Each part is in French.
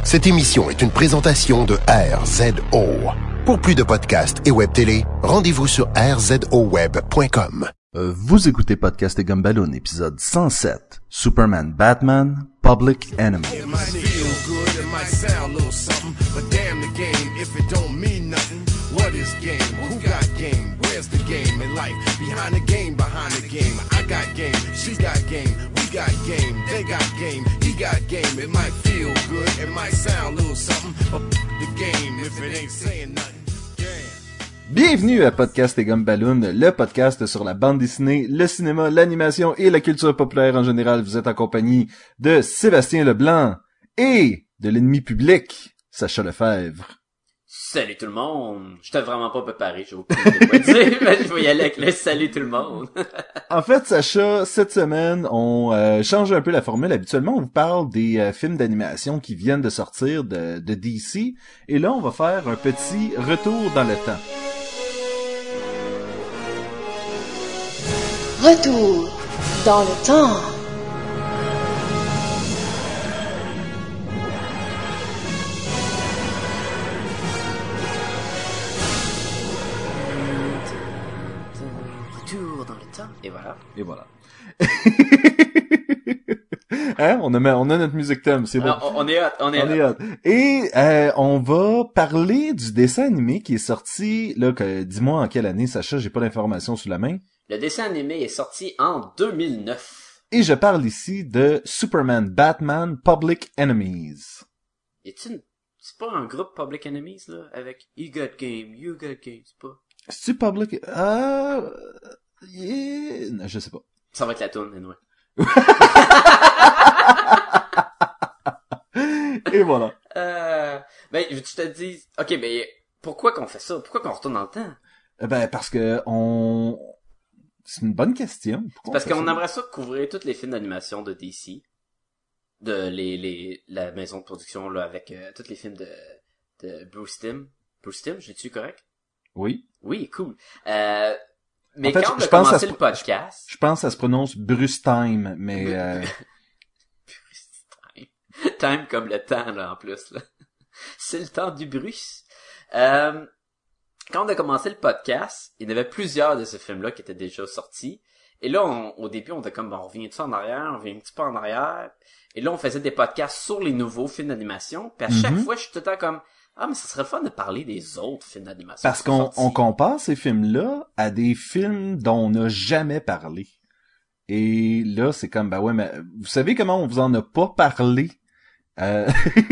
Cette émission est une présentation de RZO. Pour plus de podcasts et web télé, rendez-vous sur rzoweb.com. Vous écoutez Podcast et Gumballoon, épisode 107, Superman Batman, Public Enemy. It might feel good, it might sound a little something, but damn the game if it don't mean nothing. What is game? Who got game? Where's the game in life? Behind the game, behind the game. I got game, she got game, we got game, they got game, he got game. It might feel good, it might sound a little something, but the game if it ain't saying nothing. Bienvenue à Podcast et Gumballoon, le podcast sur la bande dessinée, le cinéma, l'animation et la culture populaire en général. Vous êtes en compagnie de Sébastien Leblanc et de l'ennemi public, Sacha Lefebvre. Salut tout le monde! J'étais vraiment pas préparé, j'ai aucune idée de quoi dire, mais je vais y aller avec le salut tout le monde. En fait, Sacha, cette semaine, on change un peu la formule. Habituellement, on vous parle des films d'animation qui viennent de sortir de DC. Et là, on va faire un petit retour dans le temps. Retour dans le temps. Retour dans le temps. Et voilà. Et voilà. Hein? On a notre musique thème, c'est bon. Alors, on est hot. Et on va parler du dessin animé qui est sorti, là, dis-moi en quelle année, Sacha, j'ai pas l'information sous la main. Le dessin animé est sorti en 2009. Et je parle ici de Superman Batman Public Enemies. C'est pas un groupe Public Enemies, là, avec You Got Game, c'est pas... C'est-tu Public... yeah... Non, je sais pas. Ça va être la toune, anyway. Et voilà. Ben, je te dis... Ok, ben, pourquoi qu'on fait ça? Pourquoi qu'on retourne dans le temps? Ben, parce que c'est une bonne question. C'est parce qu'on aimerait ça couvrir tous les films d'animation de DC. De la maison de production, là, avec tous les films de Bruce Timm. Bruce Timm, j'ai-tu correct? Oui. Oui, cool. Mais en fait, quand on a commencé le podcast... Je pense que ça se prononce Bruce Time, mais... Bruce Time. Time comme le temps, là, en plus, là. C'est le temps du Bruce. Quand on a commencé le podcast, il y en avait plusieurs de ces films-là qui étaient déjà sortis. Et là, au début, on était comme, bon, on revient tout en arrière, on revient un petit peu en arrière. Et là, on faisait des podcasts sur les nouveaux films d'animation. Puis à chaque fois, je suis tout le temps comme... Ah, mais ça serait le fun de parler des autres films d'animation. Parce qu'on compare ces films-là à des films dont on n'a jamais parlé. Et là, c'est comme, ben ouais, mais vous savez comment on vous en a pas parlé? Ben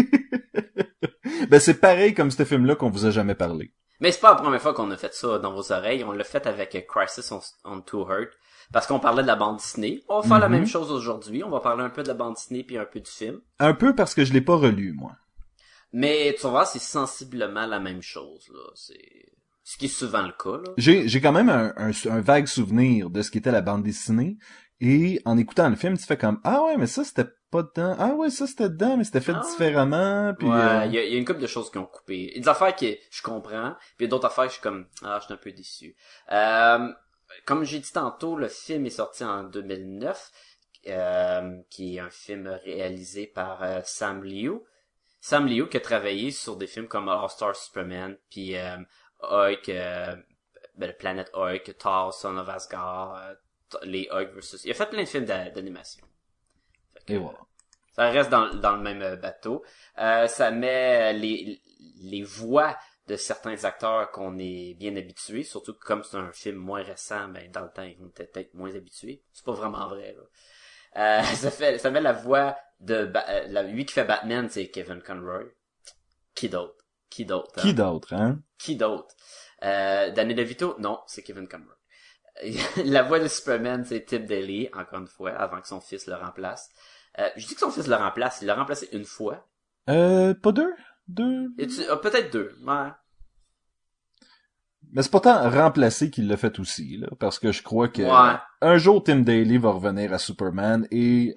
c'est pareil comme ce film-là qu'on vous a jamais parlé. Mais c'est pas la première fois qu'on a fait ça dans vos oreilles. On l'a fait avec Crisis on Two Earth. Parce qu'on parlait de la bande dessinée. On va faire la même chose aujourd'hui. On va parler un peu de la bande dessinée puis un peu du film. Un peu parce que je l'ai pas relu, moi. Mais tu vas voir, c'est sensiblement la même chose, là. C'est ce qui est souvent le cas, là. J'ai quand même un vague souvenir de ce qu'était la bande dessinée. Et en écoutant le film, tu fais comme, ah ouais, mais ça, c'était pas dedans. Ah ouais, ça, c'était dedans, mais c'était fait différemment. Puis, ouais, il y a une couple de choses qui ont coupé. Il y a des affaires que je comprends. Puis il y a d'autres affaires que je suis comme, je suis un peu déçu. Comme j'ai dit tantôt, le film est sorti en 2009. Qui est un film réalisé par Sam Liu. Sam Liu qui a travaillé sur des films comme All-Star Superman, puis Hulk, le Planète Hulk, Thor, Son of Asgard, les Hulk versus... Il a fait plein de films d'animation. Et voilà. Ça reste dans le même bateau. Ça met les voix de certains acteurs qu'on est bien habitués, surtout que comme c'est un film moins récent, ben dans le temps ils vont peut-être moins habitués. C'est pas vraiment vrai, là. Ça met la voix de lui qui fait Batman, c'est Kevin Conroy. Qui d'autre? Hein? Qui d'autre? Danny DeVito? Non, c'est Kevin Conroy. La voix de Superman, c'est Tim Daly, encore une fois, avant que son fils le remplace. Je dis que son fils le remplace, il l'a remplacé une fois. Pas deux? Peut-être deux, ouais. Mais c'est pourtant remplacé qu'il l'a fait aussi, là, parce que je crois que un jour Tim Daly va revenir à Superman et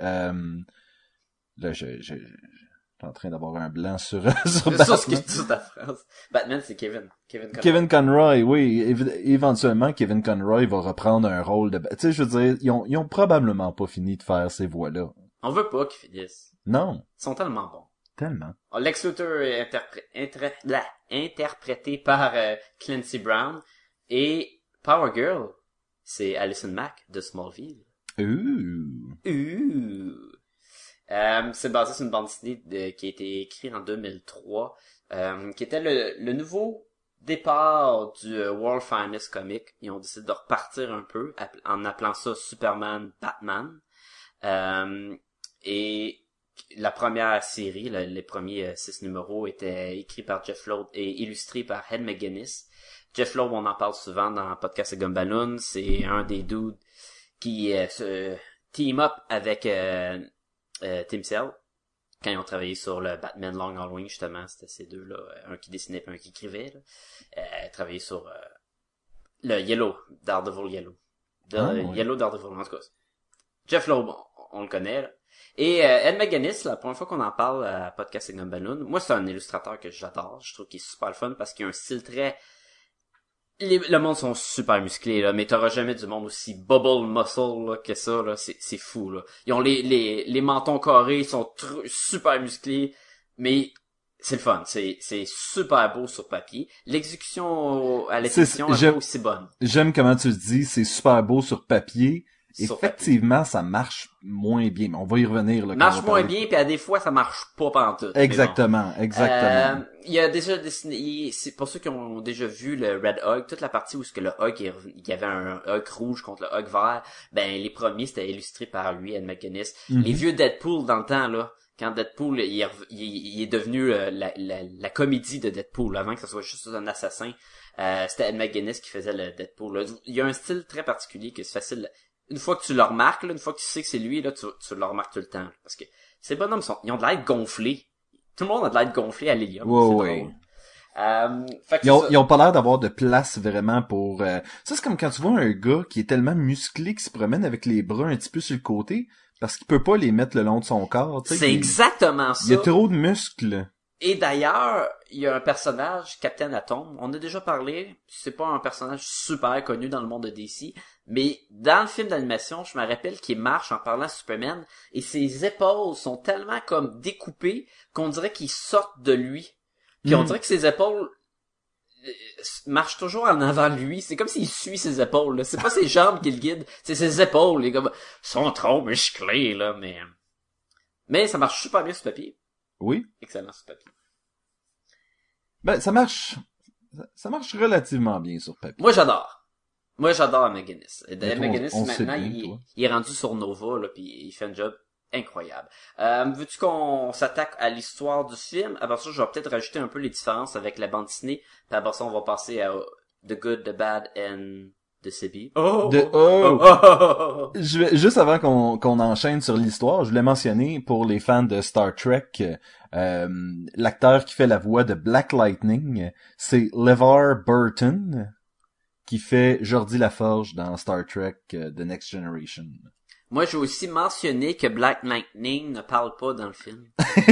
là je en train d'avoir un blanc sur sur ta phrase. Batman, c'est Kevin Conroy. Kevin Conroy, oui. Éventuellement, Kevin Conroy va reprendre un rôle de... Tu sais, je veux dire, ils ont probablement pas fini de faire ces voix-là. On veut pas qu'ils finissent. Non. Ils sont tellement bons. Tellement. Lex Luthor est interprété par Clancy Brown. Et Power Girl, c'est Allison Mack de Smallville. C'est basé sur une bande dessinée qui a été écrite en 2003, qui était le nouveau départ du World Finest Comic. Ils ont décidé de repartir un peu en appelant ça Superman Batman. Et la première série, les premiers 6 numéros étaient écrits par Jeff Loeb et illustrés par Ed McGuinness. Jeff Loeb, on en parle souvent dans le podcast de Gumballoon. C'est un des dudes qui se team up avec Tim Sale quand ils ont travaillé sur le Batman Long Halloween, justement. C'était ces deux-là, un qui dessinait et un qui écrivait. Travaillé sur le Yellow, Daredevil Yellow. Yellow Daredevil, en tout cas. Jeff Loeb, on le connaît, là. Et Ed McGuinness, la première fois qu'on en parle à Podcast et Gumballoon, moi c'est un illustrateur que j'adore. Je trouve qu'il est super le fun parce qu'il a un style très... Le monde sont super musclés, là, mais t'auras jamais du monde aussi bubble muscle là, que ça, là. C'est fou, là. Ils ont les mentons carrés, ils sont super musclés, mais c'est le fun. C'est super beau sur papier. L'exécution à l'exécution est pas aussi bonne. J'aime comment tu le dis, c'est super beau sur papier. Sur Effectivement, ça marche moins bien, mais on va y revenir, là. Marche moins bien, puis à des fois, ça marche pas pantoute. Exactement, bon. Exactement. Il y a déjà dessiné, c'est pour ceux qui ont déjà vu le Red Hulk, toute la partie où ce que le Hulk, il y avait un Hulk rouge contre le Hulk vert, ben, les premiers, c'était illustré par lui, Ed McGuinness. Les vieux Deadpool dans le temps, là, quand Deadpool, il est devenu la comédie de Deadpool, avant que ce soit juste un assassin, c'était Ed McGuinness qui faisait le Deadpool, là. Il y a un style très particulier que c'est facile. Une fois que tu le remarques, là, une fois que tu sais que c'est lui, là, tu le remarques tout le temps. Là, parce que ces bonhommes ils ont de l'air gonflés. Tout le monde a de l'air gonflé à l'hélium. Ouais. Ils ont pas l'air d'avoir de place vraiment pour... Ça, c'est comme quand tu vois un gars qui est tellement musclé qu'il se promène avec les bras un petit peu sur le côté parce qu'il peut pas les mettre le long de son corps. C'est exactement ça. Il y a trop de muscles. Et d'ailleurs, il y a un personnage, Captain Atom, on a déjà parlé, c'est pas un personnage super connu dans le monde de DC, mais dans le film d'animation, je me rappelle qu'il marche en parlant à Superman, et ses épaules sont tellement comme découpées qu'on dirait qu'ils sortent de lui. Puis on dirait que ses épaules marchent toujours en avant de lui, c'est comme s'il suit ses épaules, là. C'est pas ses jambes qui le guident, c'est ses épaules, les gars sont trop musclés, là, mais ça marche super bien sur papier. Oui. Excellent sur papier. Ben, ça marche relativement bien sur papier. Moi, j'adore McGuinness. McGuinness, maintenant, il est rendu sur Nova, là, pis il fait un job incroyable. Veux-tu qu'on s'attaque à l'histoire du film? Après ça, je vais peut-être rajouter un peu les différences avec la bande dessinée, puis après ça, on va passer à The Good, The Bad and The Sibi. Juste avant qu'on enchaîne sur l'histoire, je voulais mentionner pour les fans de Star Trek, l'acteur qui fait la voix de Black Lightning, c'est LeVar Burton, qui fait Geordi Laforge dans Star Trek The Next Generation. Moi, j'ai aussi mentionné que Black Lightning ne parle pas dans le film.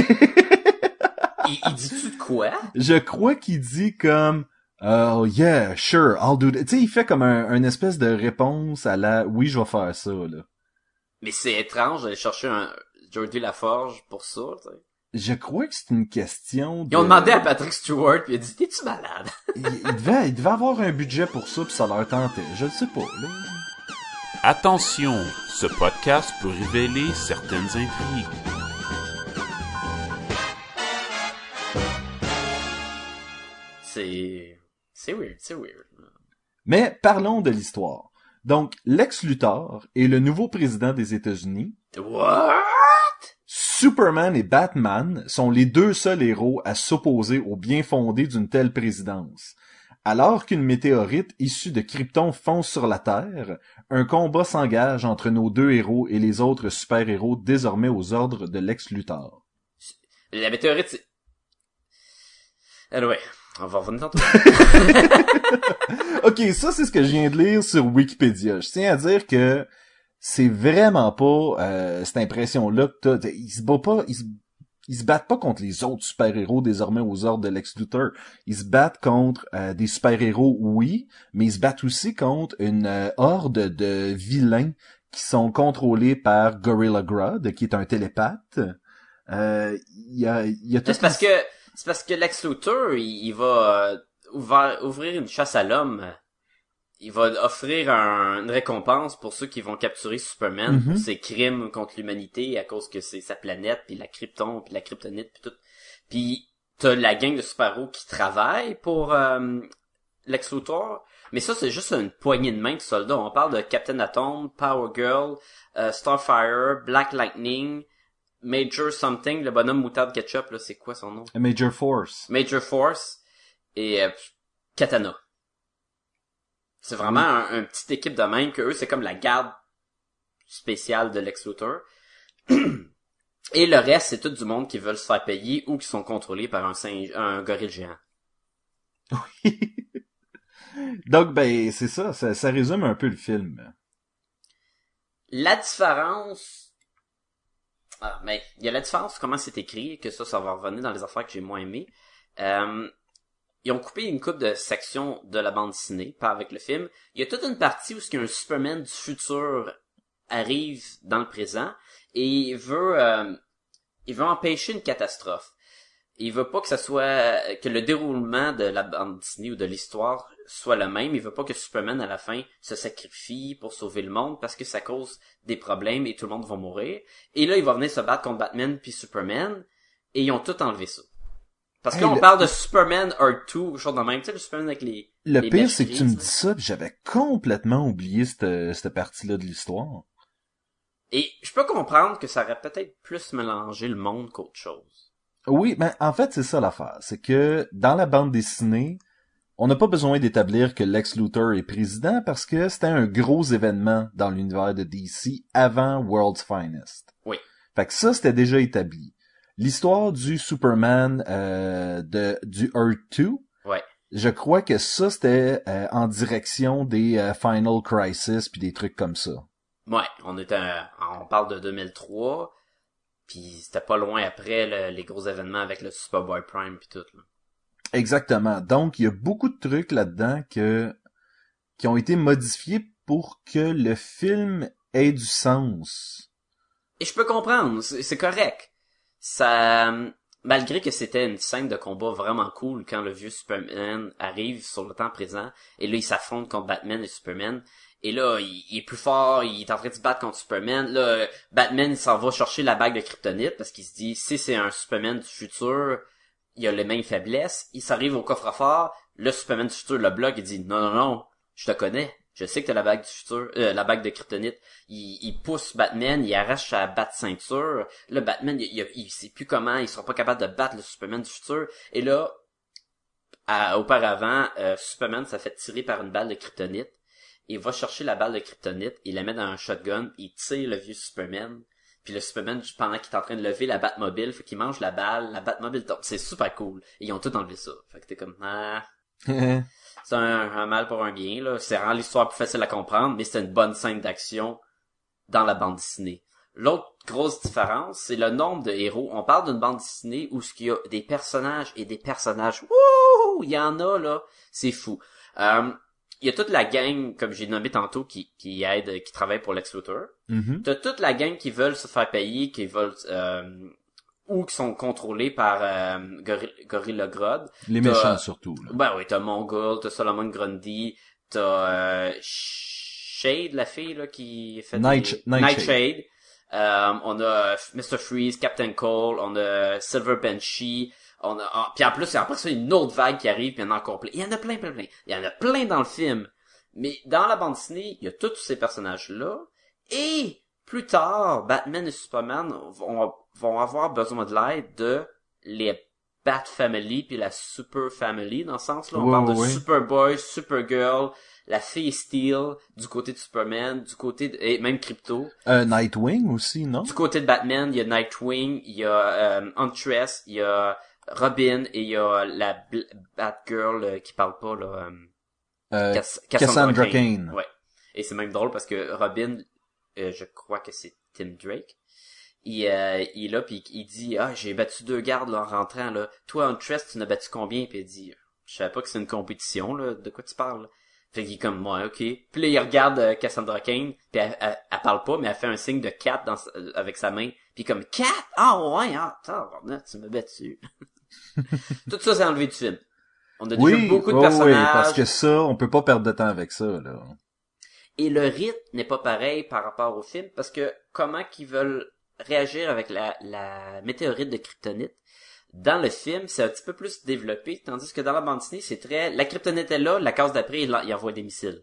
il dit-tu de quoi? Je crois qu'il dit comme... Oh yeah, sure, I'll do that. Tu sais, il fait comme un espèce de réponse à la oui, je vais faire ça, là. Mais c'est étrange d'aller chercher un Geordi Laforge pour ça, tu sais. Je crois que c'est une question de... Ils ont demandé à Patrick Stewart, puis il a dit, t'es-tu malade? il devait avoir un budget pour ça, puis ça leur tentait. Je le sais pas, là. Attention, ce podcast peut révéler certaines intrigues. C'est weird. Mais parlons de l'histoire. Donc, Lex Luthor est le nouveau président des États-Unis. What? Superman et Batman sont les deux seuls héros à s'opposer au bien fondé d'une telle présidence. Alors qu'une météorite issue de Krypton fonce sur la Terre, un combat s'engage entre nos deux héros et les autres super-héros désormais aux ordres de Lex Luthor. La météorite, c'est... Anyway, on va revenir tantôt. Ok, ça c'est ce que je viens de lire sur Wikipédia. Je tiens à dire que c'est vraiment pas cette impression-là que t'as. Ils se battent pas contre les autres super-héros désormais aux ordres de Lex Luthor. Ils se battent contre des super-héros, oui, mais ils se battent aussi contre une horde de vilains qui sont contrôlés par Gorilla Grodd, qui est un télépathe. tout... C'est parce que Lex Luthor, il va ouvrir une chasse à l'homme. Il va offrir une récompense pour ceux qui vont capturer Superman pour ses crimes contre l'humanité à cause que c'est sa planète, puis la Krypton, puis la kryptonite, puis tout. Puis t'as la gang de super-héros qui travaille pour Lex Luthor, mais ça c'est juste une poignée de main de soldats. On parle de Captain Atom, Power Girl, Starfire, Black Lightning, Major Something, le bonhomme moutarde ketchup, là, c'est quoi son nom? Major Force. Major Force et Katana. C'est vraiment une petite équipe de même que eux, c'est comme la garde spéciale de Lex Luthor. Et le reste, c'est tout du monde qui veulent se faire payer ou qui sont contrôlés par un gorille géant. Oui. Donc, ben, c'est ça résume un peu le film. La différence... Ah, mais il y a la différence comment c'est écrit, que ça va revenir dans les affaires que j'ai moins aimées. Ils ont coupé une couple de sections de la bande dessinée, pas avec le film. Il y a toute une partie où un Superman du futur arrive dans le présent et il veut empêcher une catastrophe. Il veut pas que que le déroulement de la bande dessinée ou de l'histoire soit le même. Il veut pas que Superman, à la fin, se sacrifie pour sauver le monde parce que ça cause des problèmes et tout le monde va mourir. Et là, il va venir se battre contre Batman puis Superman et ils ont tout enlevé ça. Parce que là, on parle de Superman Earth 2, quelque chose de même. Tu sais, le Superman avec les... Le pire, c'est que tu me dis ça pis j'avais complètement oublié cette partie-là de l'histoire. Et je peux comprendre que ça aurait peut-être plus mélangé le monde qu'autre chose. Oui, ben en fait, c'est ça l'affaire. C'est que dans la bande dessinée, on n'a pas besoin d'établir que Lex Luthor est président parce que c'était un gros événement dans l'univers de DC avant World's Finest. Oui. Fait que ça, c'était déjà établi. L'histoire du Superman du Earth 2, ouais. Je crois que ça, c'était en direction des Final Crisis puis des trucs comme ça. Ouais, on parle de 2003, puis c'était pas loin après les gros événements avec le Superboy Prime puis tout. Là. Exactement. Donc, il y a beaucoup de trucs là-dedans qui ont été modifiés pour que le film ait du sens. Et je peux comprendre, c'est correct. Ça, malgré que c'était une scène de combat vraiment cool quand le vieux Superman arrive sur le temps présent, et là, il s'affronte contre Batman et Superman, et là, il est plus fort, il est en train de se battre contre Superman, là, Batman, il s'en va chercher la bague de kryptonite, parce qu'il se dit, si c'est un Superman du futur, il a les mêmes faiblesses, il s'arrive au coffre-fort, le Superman du futur le bloque, il dit, non, je te connais. Je sais que t'as la bague du futur, la bague de kryptonite. Il pousse Batman, il arrache sa batte-ceinture. Là, Batman, il sait plus comment, il sera pas capable de battre le Superman du futur. Et là, auparavant, Superman s'est fait tirer par une balle de kryptonite. Il va chercher la balle de kryptonite, il la met dans un shotgun, il tire le vieux Superman. Puis le Superman, pendant qu'il est en train de lever la Batmobile, fait qu'il mange la balle, la Batmobile tombe. C'est super cool. Et ils ont tout enlevé ça. Fait que t'es comme, c'est un mal pour un bien, là. C'est rend l'histoire plus facile à comprendre, mais c'est une bonne scène d'action dans la bande dessinée. L'autre grosse différence, c'est le nombre de héros. On parle d'une bande dessinée où il y a des personnages et des personnages. Wouhou! Il y en a, là. C'est fou. Il y a toute la gang, comme j'ai nommé tantôt, qui aide, qui travaille pour Lex Luthor. Mm-hmm. T'as toute la gang qui veulent se faire payer, qui veulent, ou qui sont contrôlés par Gorilla Grodd. Les méchants surtout. Là. Ben oui, t'as Mongul, t'as Solomon Grundy, t'as Shade, la fille là qui fait Nightshade. On a Mr. Freeze, Captain Cole, on a Silver Banshee, puis en plus après ça une autre vague qui arrive, puis il y en a encore plein. Il y en a plein. Il y en a plein dans le film. Mais dans la bande dessinée, il y a tous ces personnages-là. Et plus tard, Batman et Superman vont avoir besoin de l'aide de les Bat Family puis la Super Family, dans le sens là. On parle de Superboy, Supergirl, la fille Steel, du côté de Superman, du côté et même Crypto. Nightwing aussi, non? Du côté de Batman, il y a Nightwing, il y a Huntress, il y a Robin et il y a la Batgirl qui parle pas là. Cassandra Cain. Ouais. Et c'est même drôle parce que Robin, je crois que c'est Tim Drake. Il est là puis il dit j'ai battu 2 gardes là en rentrant là. Toi Huntress, tu n'as battu combien? Puis il dit je savais pas que c'est une compétition là, de quoi tu parles? Fait qu'il est comme moi, OK. Puis là il regarde Cassandra Cain, puis elle parle pas mais elle fait un signe de 4 avec sa main, puis Puis comme 4? Ah ouais, tu me bats dessus. Tout ça, c'est enlevé du film. On a déjà beaucoup de personnages. Oui, parce que ça, on peut pas perdre de temps avec ça, là. Et le rythme n'est pas pareil par rapport au film, parce que comment qu'ils veulent réagir avec la météorite de kryptonite. Dans le film, c'est un petit peu plus développé, tandis que dans la bande dessinée, c'est très... La kryptonite est là, la case d'après, il envoie des missiles.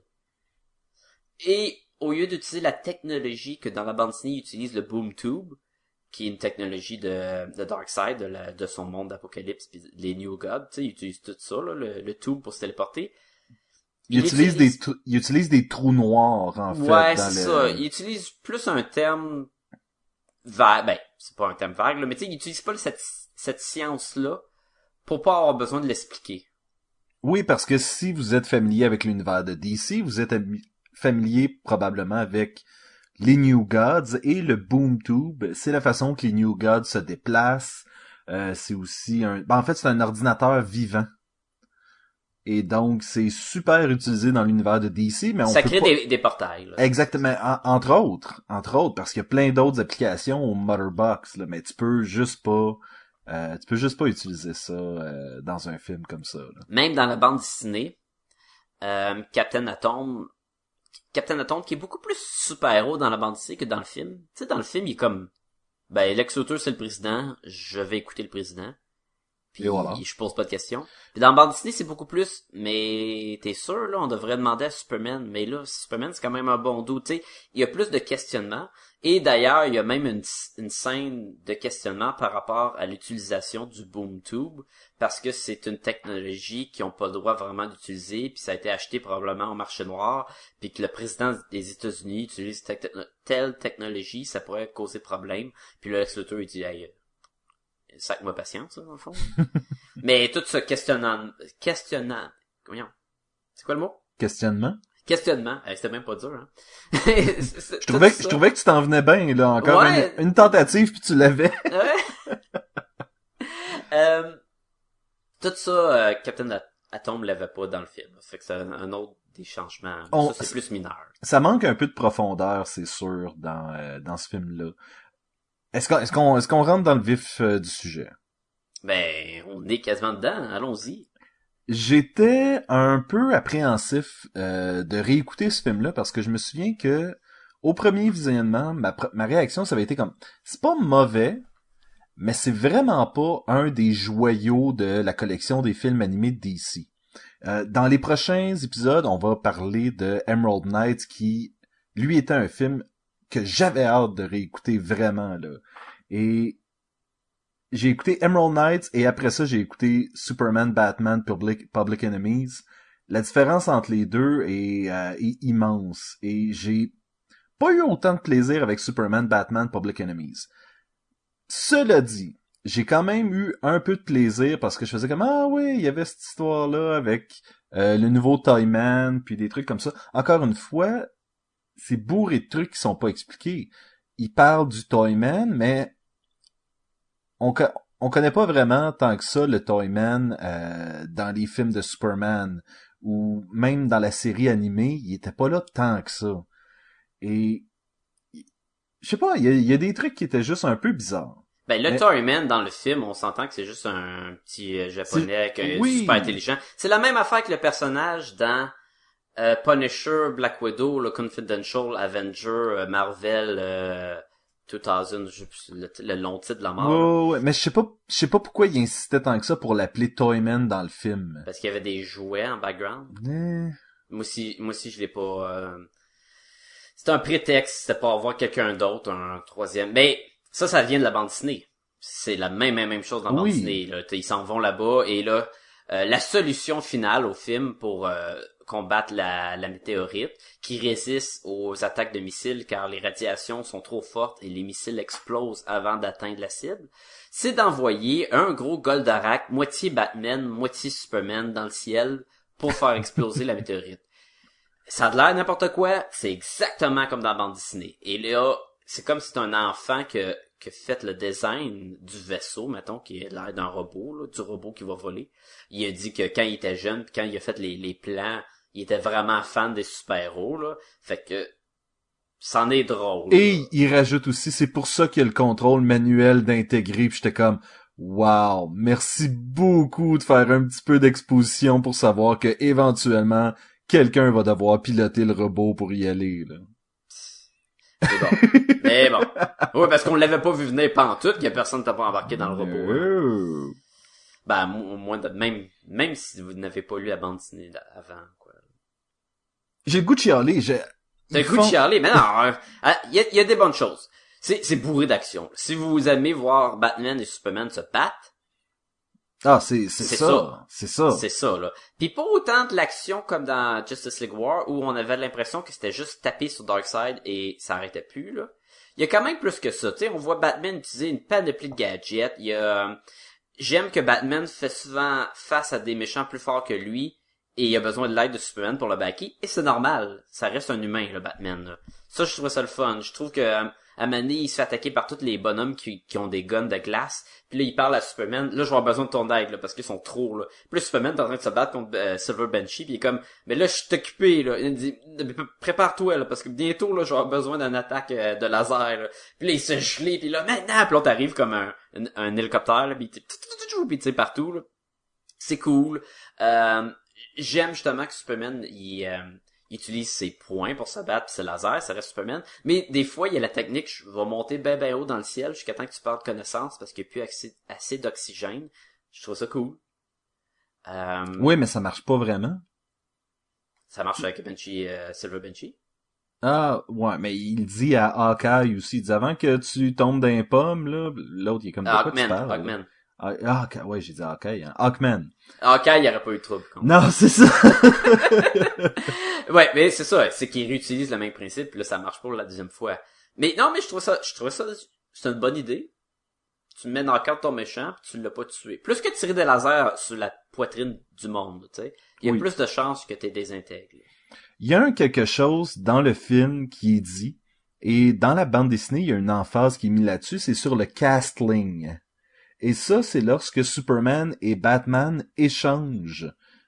Et au lieu d'utiliser la technologie que dans la bande dessinée, il utilise le Boom Tube, qui est une technologie de Darkseid, de son monde d'Apocalypse, puis les New Gods, tu sais, il utilise tout ça, là, le tube pour se téléporter. Il utilise des trous noirs, en fait. Ouais, c'est ça. Il utilise plus un terme vague. Ben, c'est pas un terme vague, là, mais tu sais, il utilise pas cette science-là pour pas avoir besoin de l'expliquer. Oui, parce que si vous êtes familier avec l'univers de DC, vous êtes familier probablement avec les New Gods et le Boom Tube. C'est la façon que les New Gods se déplacent. C'est aussi en fait, c'est un ordinateur vivant. Et donc, c'est super utilisé dans l'univers de DC, mais ça crée des portails, là. Exactement. Entre autres, parce qu'il y a plein d'autres applications au Motherbox, là, mais tu peux juste pas utiliser ça dans un film comme ça, là. Même dans la bande dessinée, Captain Atom qui est beaucoup plus super-héros dans la bande dessinée que dans le film. Tu sais, dans le film, il est comme, ben, Lex Luthor, c'est le président, je vais écouter le président. Puis voilà. Je pose pas de questions. Puis dans la bande dessinée, c'est beaucoup plus, mais t'es sûr, là, on devrait demander à Superman. Mais là, Superman, c'est quand même un bon dos, tu sais. Il y a plus de questionnements. Et d'ailleurs, il y a même une scène de questionnement par rapport à l'utilisation du Boom Tube, parce que c'est une technologie qu'ils ont pas le droit vraiment d'utiliser, puis ça a été acheté probablement au marché noir, puis que le président des États-Unis utilise telle technologie, ça pourrait causer problème. Puis le Lex Luthor, il dit, hey, sac-moi patience, dans le fond. Mais tout ce questionnant, voyons. C'est quoi le mot? Questionnement. C'était même pas dur, hein. Je trouvais que tu t'en venais bien, là. Encore ouais. une tentative, puis tu l'avais. Ouais. Tout ça, Captain Atom l'avait pas dans le film. Ça fait que c'est un autre des changements. Ça, c'est plus mineur. Ça manque un peu de profondeur, c'est sûr, dans ce film-là. Est-ce qu'on rentre dans le vif du sujet? Ben, on est quasiment dedans. Allons-y. J'étais un peu appréhensif de réécouter ce film-là parce que je me souviens que au premier visionnement, ma réaction, ça avait été comme, c'est pas mauvais, mais c'est vraiment pas un des joyaux de la collection des films animés de DC. Dans les prochains épisodes, on va parler de Emerald Knight qui, lui, était un film que j'avais hâte de réécouter vraiment, là. Et j'ai écouté Emerald Knights et après ça, j'ai écouté Superman, Batman, Public Enemies. La différence entre les deux est immense. Et j'ai pas eu autant de plaisir avec Superman, Batman, Public Enemies. Cela dit, j'ai quand même eu un peu de plaisir parce que je faisais comme, ah oui, il y avait cette histoire-là avec le nouveau Toyman, puis des trucs comme ça. Encore une fois, c'est bourré de trucs qui sont pas expliqués. Il parle du Toyman, mais on connaît pas vraiment tant que ça le Toyman dans les films de Superman ou même dans la série animée, il était pas là tant que ça. Et je sais pas, il y a des trucs qui étaient juste un peu bizarres. Ben le Toyman dans le film, on s'entend que c'est juste un petit japonais super intelligent. C'est la même affaire que le personnage dans Punisher, Black Widow, le Confidential, Avenger, Marvel, 2000, le long titre de la mort. Ouais, mais je sais pas pourquoi il insistait tant que ça pour l'appeler Toyman dans le film. Parce qu'il y avait des jouets en background. Moi aussi, je l'ai pas. C'est un prétexte, c'était pour avoir quelqu'un d'autre, un troisième. Mais ça vient de la bande dessinée. C'est la même chose dans la bande dessinée. Là. Ils s'en vont là-bas et là, la solution finale au film pour combattre la météorite qui résiste aux attaques de missiles car les radiations sont trop fortes et les missiles explosent avant d'atteindre la cible, c'est d'envoyer un gros Goldorak, moitié Batman, moitié Superman dans le ciel pour faire exploser la météorite. Ça a l'air n'importe quoi, c'est exactement comme dans la bande dessinée. Et là, c'est comme si c'est un enfant que fait le design du vaisseau, mettons, qui a l'air d'un robot, là, du robot qui va voler. Il a dit que quand il était jeune, quand il a fait les plans, il était vraiment fan des super-héros, là. Fait que c'en est drôle. Et là. il rajoute aussi, c'est pour ça qu'il y a le contrôle manuel d'intégrer, puis j'étais comme, wow, merci beaucoup de faire un petit peu d'exposition pour savoir que éventuellement quelqu'un va devoir piloter le robot pour y aller, là. C'est bon. Mais bon. Ouais, parce qu'on l'avait pas vu venir pantoute, qu'il y a personne qui t'a pas embarqué dans le robot. Hein. Ben, au moins, même si vous n'avez pas lu la bande dessinée avant, quoi. J'ai le goût de chialer, T'as le goût de chialer, mais non, il y a des bonnes choses. C'est bourré d'action. Si vous aimez voir Batman et Superman se battre, Ah, c'est ça. C'est ça. c'est ça, là. Puis pas autant de l'action comme dans Justice League War, où on avait l'impression que c'était juste taper sur Darkseid et ça arrêtait plus, là. Il y a quand même plus que ça, tu sais, on voit Batman utiliser une panoplie de gadgets. Il y a, j'aime que Batman fait souvent face à des méchants plus forts que lui, et il a besoin de l'aide de Superman pour le backer, et c'est normal. Ça reste un humain, le Batman, là. Ça, je trouve ça le fun. Je trouve que, à Mané, il se fait attaquer par tous les bonhommes qui ont des guns de glace. Puis là, il parle à Superman. Là, je vais avoir besoin de ton aide, là, parce qu'ils sont trop, là. Puis là, Superman est en train de se battre contre Silver Banshee, puis il est comme, mais là, je suis occupé, là. Il dit, prépare-toi, là, parce que bientôt, là, je vais avoir besoin d'une attaque de laser, là. Puis là, il se gelé, puis là, maintenant, puis là, t'arrives comme un hélicoptère, là, puis tu sais, partout, là. C'est cool. J'aime justement que Superman, il utilise ses poings pour se battre, pis ses lasers, ça reste Superman. Mais des fois, il y a la technique, je vais monter ben haut dans le ciel jusqu'à temps que tu perdes connaissance parce qu'il n'y a plus assez d'oxygène. Je trouve ça cool. Oui, mais ça marche pas vraiment. Ça marche avec Banshee, Silver Banshee. Ah, ouais, mais il dit à Hawkeye aussi, il dit avant que tu tombes dans les pommes, là, l'autre, il est comme, de quoi tu parles? Hawkman. Ah, ouais, j'ai dit Hawkeye, hein. Hawkman. Hawkeye, il n'y aurait pas eu de trouble. Non, c'est ça. Ouais, mais c'est ça, c'est qu'il réutilise le même principe, puis là, ça marche pas pour la deuxième fois. Mais non, mais je trouvais ça, c'est une bonne idée. Tu mets dans le cadre ton méchant, puis tu l'as pas tué. Plus que tirer des lasers sur la poitrine du monde, tu sais. Il y a plus de chances que t'es désintègre. Il y a quelque chose dans le film qui est dit, et dans la bande dessinée, il y a une emphase qui est mise là-dessus, c'est sur le castling. Et ça, c'est lorsque Superman et Batman échangent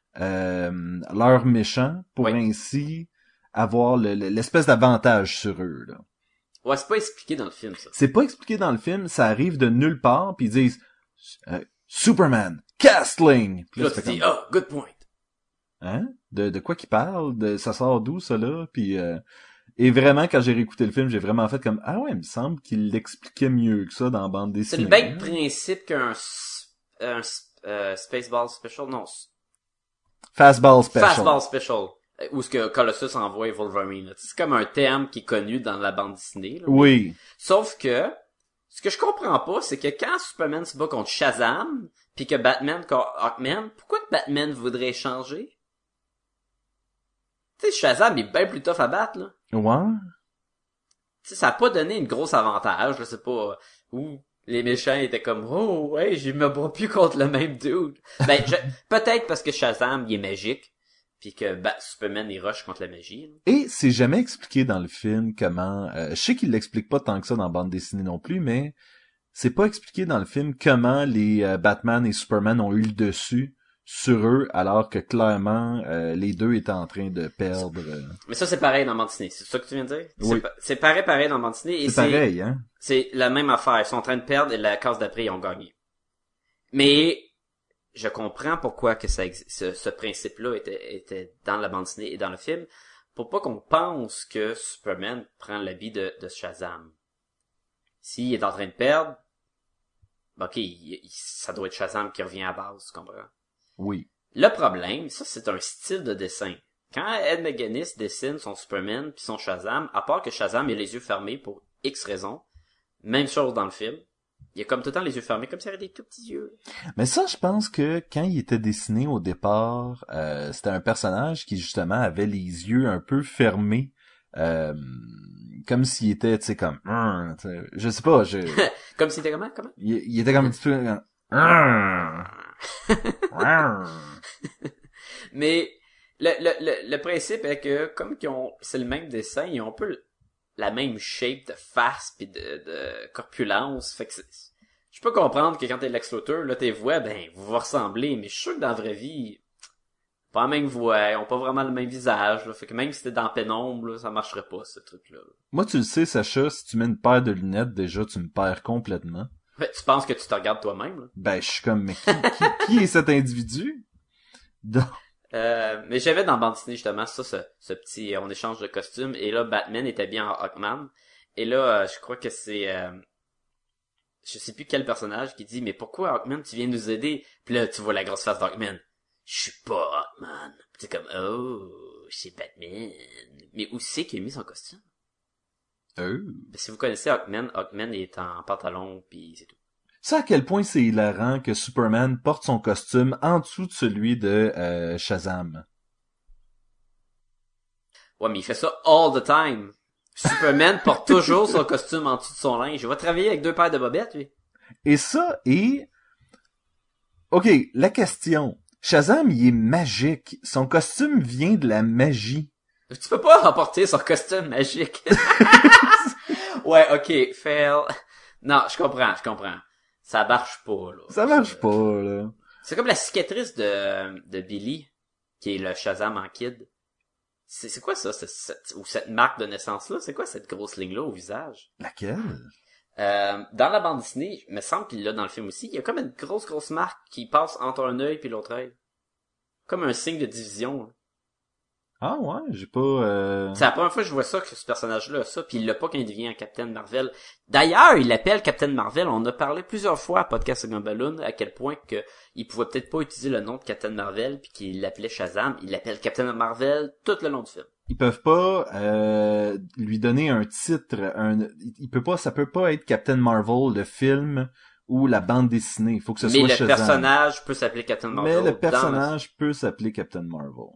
leurs méchants pour ainsi avoir l'espèce d'avantage sur eux, là. Ouais, c'est pas expliqué dans le film, ça. C'est pas expliqué dans le film, ça arrive de nulle part, puis ils disent Superman, castling! Puis là, tu dis, oh, good point. Hein? De quoi qu'il parle? Ça sort d'où, ça, là? Puis, et vraiment, quand j'ai réécouté le film, j'ai vraiment fait comme, ah ouais, il me semble qu'il l'expliquait mieux que ça dans la bande dessinée. C'est le même principe qu'un Spaceball Special, non. Fastball Special. Fastball Special. Où ce que Colossus envoie Wolverine, là. C'est comme un terme qui est connu dans la bande dessinée, là. Oui. Sauf que, ce que je comprends pas, c'est que quand Superman se bat contre Shazam, puis que Batman contre Hawkman, pourquoi que Batman voudrait changer? Tu sais, Shazam est bien plus tough à battre, là. Ouais. Tu sais, ça a pas donné une grosse avantage, je sais pas, où les méchants étaient comme, oh, ouais, je me bats plus contre le même dude. Ben, peut-être parce que Shazam, il est magique, puis que Superman, il rush contre la magie, là. Et c'est jamais expliqué dans le film comment, je sais qu'il l'explique pas tant que ça dans la bande dessinée non plus, mais c'est pas expliqué dans le film comment les Batman et Superman ont eu le dessus sur eux, alors que clairement, les deux étaient en train de perdre. Mais ça, c'est pareil dans la bande dessinée. C'est ça que tu viens de dire? Oui. C'est pareil dans la bande dessinée. Et c'est pareil, hein? C'est la même affaire. Ils sont en train de perdre et la case d'après, ils ont gagné. Mais, je comprends pourquoi que ce principe-là était dans la bande dessinée et dans le film. Pour pas qu'on pense que Superman prend l'habit de Shazam. S'il est en train de perdre, ok, ça doit être Shazam qui revient à base, tu comprends? Oui. Le problème, ça c'est un style de dessin. Quand Ed McGuinness dessine son Superman puis son Shazam, à part que Shazam ait les yeux fermés pour X raisons, même chose dans le film, il a comme tout le temps les yeux fermés, comme s'il avait des tout petits yeux. Mais ça, je pense que quand il était dessiné au départ, c'était un personnage qui justement avait les yeux un peu fermés, comme s'il était, tu sais, comme, je sais pas, Comme s'il était comment? Il était comme un petit peu, Mais le principe est que comme c'est le même dessin, ils ont un peu la même shape de face pis de corpulence. Fait que je peux comprendre que quand t'es Lex Luthor, là tes voix, ben vous vous ressemblez, mais je suis sûr que dans la vraie vie, pas la même voix, ils ont pas vraiment le même visage, là. Fait que même si c'était dans la pénombre, là, ça marcherait pas, ce truc-là. Moi, tu le sais, Sacha, si tu mets une paire de lunettes, déjà, tu me perds complètement. Fait, tu penses que tu te regardes toi-même, là? Ben, je suis comme, mais qui est cet individu? Donc, Mais j'avais dans bande dessinée, justement, ce petit, on échange de costumes, et là, Batman est habillé en Hawkman, et là, je crois que c'est, je sais plus quel personnage qui dit, mais pourquoi Hawkman, tu viens nous aider? Puis là, tu vois la grosse face d'Hawkman. Je suis pas Hawkman. Puis c'est comme, oh, c'est Batman. Mais où c'est qu'il a mis son costume? Ben, si vous connaissez Hawkman, Hawkman est en pantalon, puis c'est tout. ça, à quel point c'est hilarant que Superman porte son costume en dessous de celui de Shazam. Ouais, mais il fait ça all the time. Superman porte toujours son costume en dessous de son linge. Il va travailler avec 2 paires de bobettes, lui. Et ça est... OK, la question. Shazam, il est magique. Son costume vient de la magie. Tu peux pas remporter son costume magique. Ouais, ok, fail. Non, je comprends. Ça marche pas, là. Ça marche pas, là. C'est comme la cicatrice de Billy, qui est le Shazam en kid. C'est quoi ça, ou cette marque de naissance-là? C'est quoi cette grosse ligne-là au visage? Laquelle? Dans la bande dessinée, il me semble qu'il l'a dans le film aussi, il y a comme une grosse marque qui passe entre un œil puis l'autre œil. Comme un signe de division, là. Ah ouais, j'ai pas... C'est la première fois que je vois ça, que ce personnage-là a ça, puis il l'a pas quand il devient un Captain Marvel. D'ailleurs, il l'appelle Captain Marvel. On a parlé plusieurs fois à Podcast Gumballoon à quel point que il pouvait peut-être pas utiliser le nom de Captain Marvel, puis qu'il l'appelait Shazam. Il l'appelle Captain Marvel tout le long du film. Ils peuvent pas lui donner un titre, ça peut pas être Captain Marvel, le film ou la bande dessinée. Il faut que ce soit Shazam. Mais le personnage peut s'appeler Captain Marvel. Mais le personnage peut s'appeler Captain Marvel.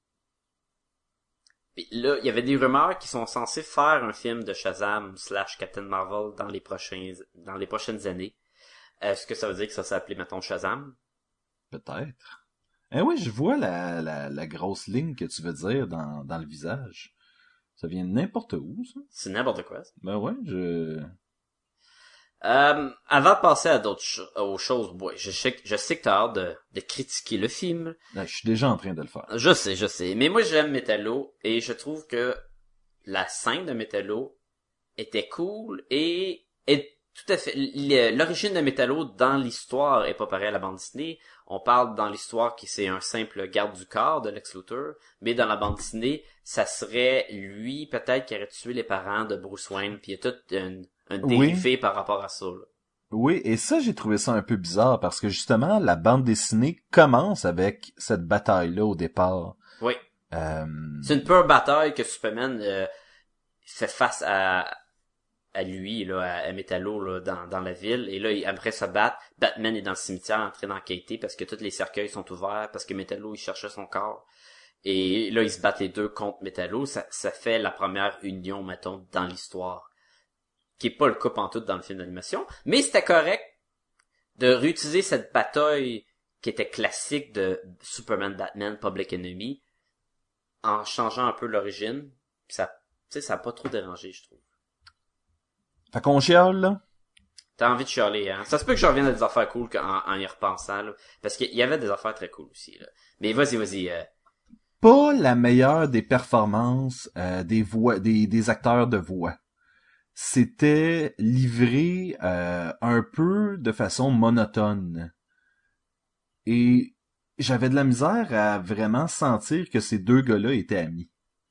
Puis là, il y avait des rumeurs qui sont censés faire un film de Shazam / Captain Marvel dans les prochaines années. Est-ce que ça veut dire que ça s'appelait, mettons, Shazam? Peut-être. Eh oui, je vois la grosse ligne que tu veux dire dans le visage. Ça vient de n'importe où, ça? C'est n'importe quoi, ça. Ben ouais, Avant de passer à aux choses, ouais, je sais que t'as hâte de critiquer le film. Là, je suis déjà en train de le faire. Je sais. Mais moi, j'aime Metallo, et je trouve que la scène de Metallo était cool, et tout à fait, l'origine de Metallo dans l'histoire est pas pareil à la bande dessinée. On parle dans l'histoire que c'est un simple garde du corps de Lex Luthor, mais dans la bande dessinée, ça serait lui, peut-être, qui aurait tué les parents de Bruce Wayne, puis il y a tout un dérivé par rapport à ça, là. Oui, et ça, j'ai trouvé ça un peu bizarre, parce que justement, la bande dessinée commence avec cette bataille-là au départ. Oui. C'est une pure bataille que Superman fait face à lui, là, à Metallo, là, dans la ville, et là, après se battre, Batman est dans le cimetière en train d'enquêter parce que tous les cercueils sont ouverts, parce que Metallo, il cherchait son corps. Et là, ils se battent les deux contre Metallo. Ça fait la première union, mettons, dans l'histoire. Qui est pas le cas pantoute dans le film d'animation. Mais c'était correct de réutiliser cette bataille qui était classique de Superman-Batman Public Enemy en changeant un peu l'origine. Puis ça, tu sais, ça a pas trop dérangé, je trouve. Fait qu'on chiale, là? T'as envie de chialer, hein? Ça se peut que je revienne à des affaires cool en y repensant, là. Parce qu'il y avait des affaires très cool aussi, là. Mais vas-y. Pas la meilleure des performances des acteurs de voix. C'était livré un peu de façon monotone. Et j'avais de la misère à vraiment sentir que ces deux gars-là étaient amis.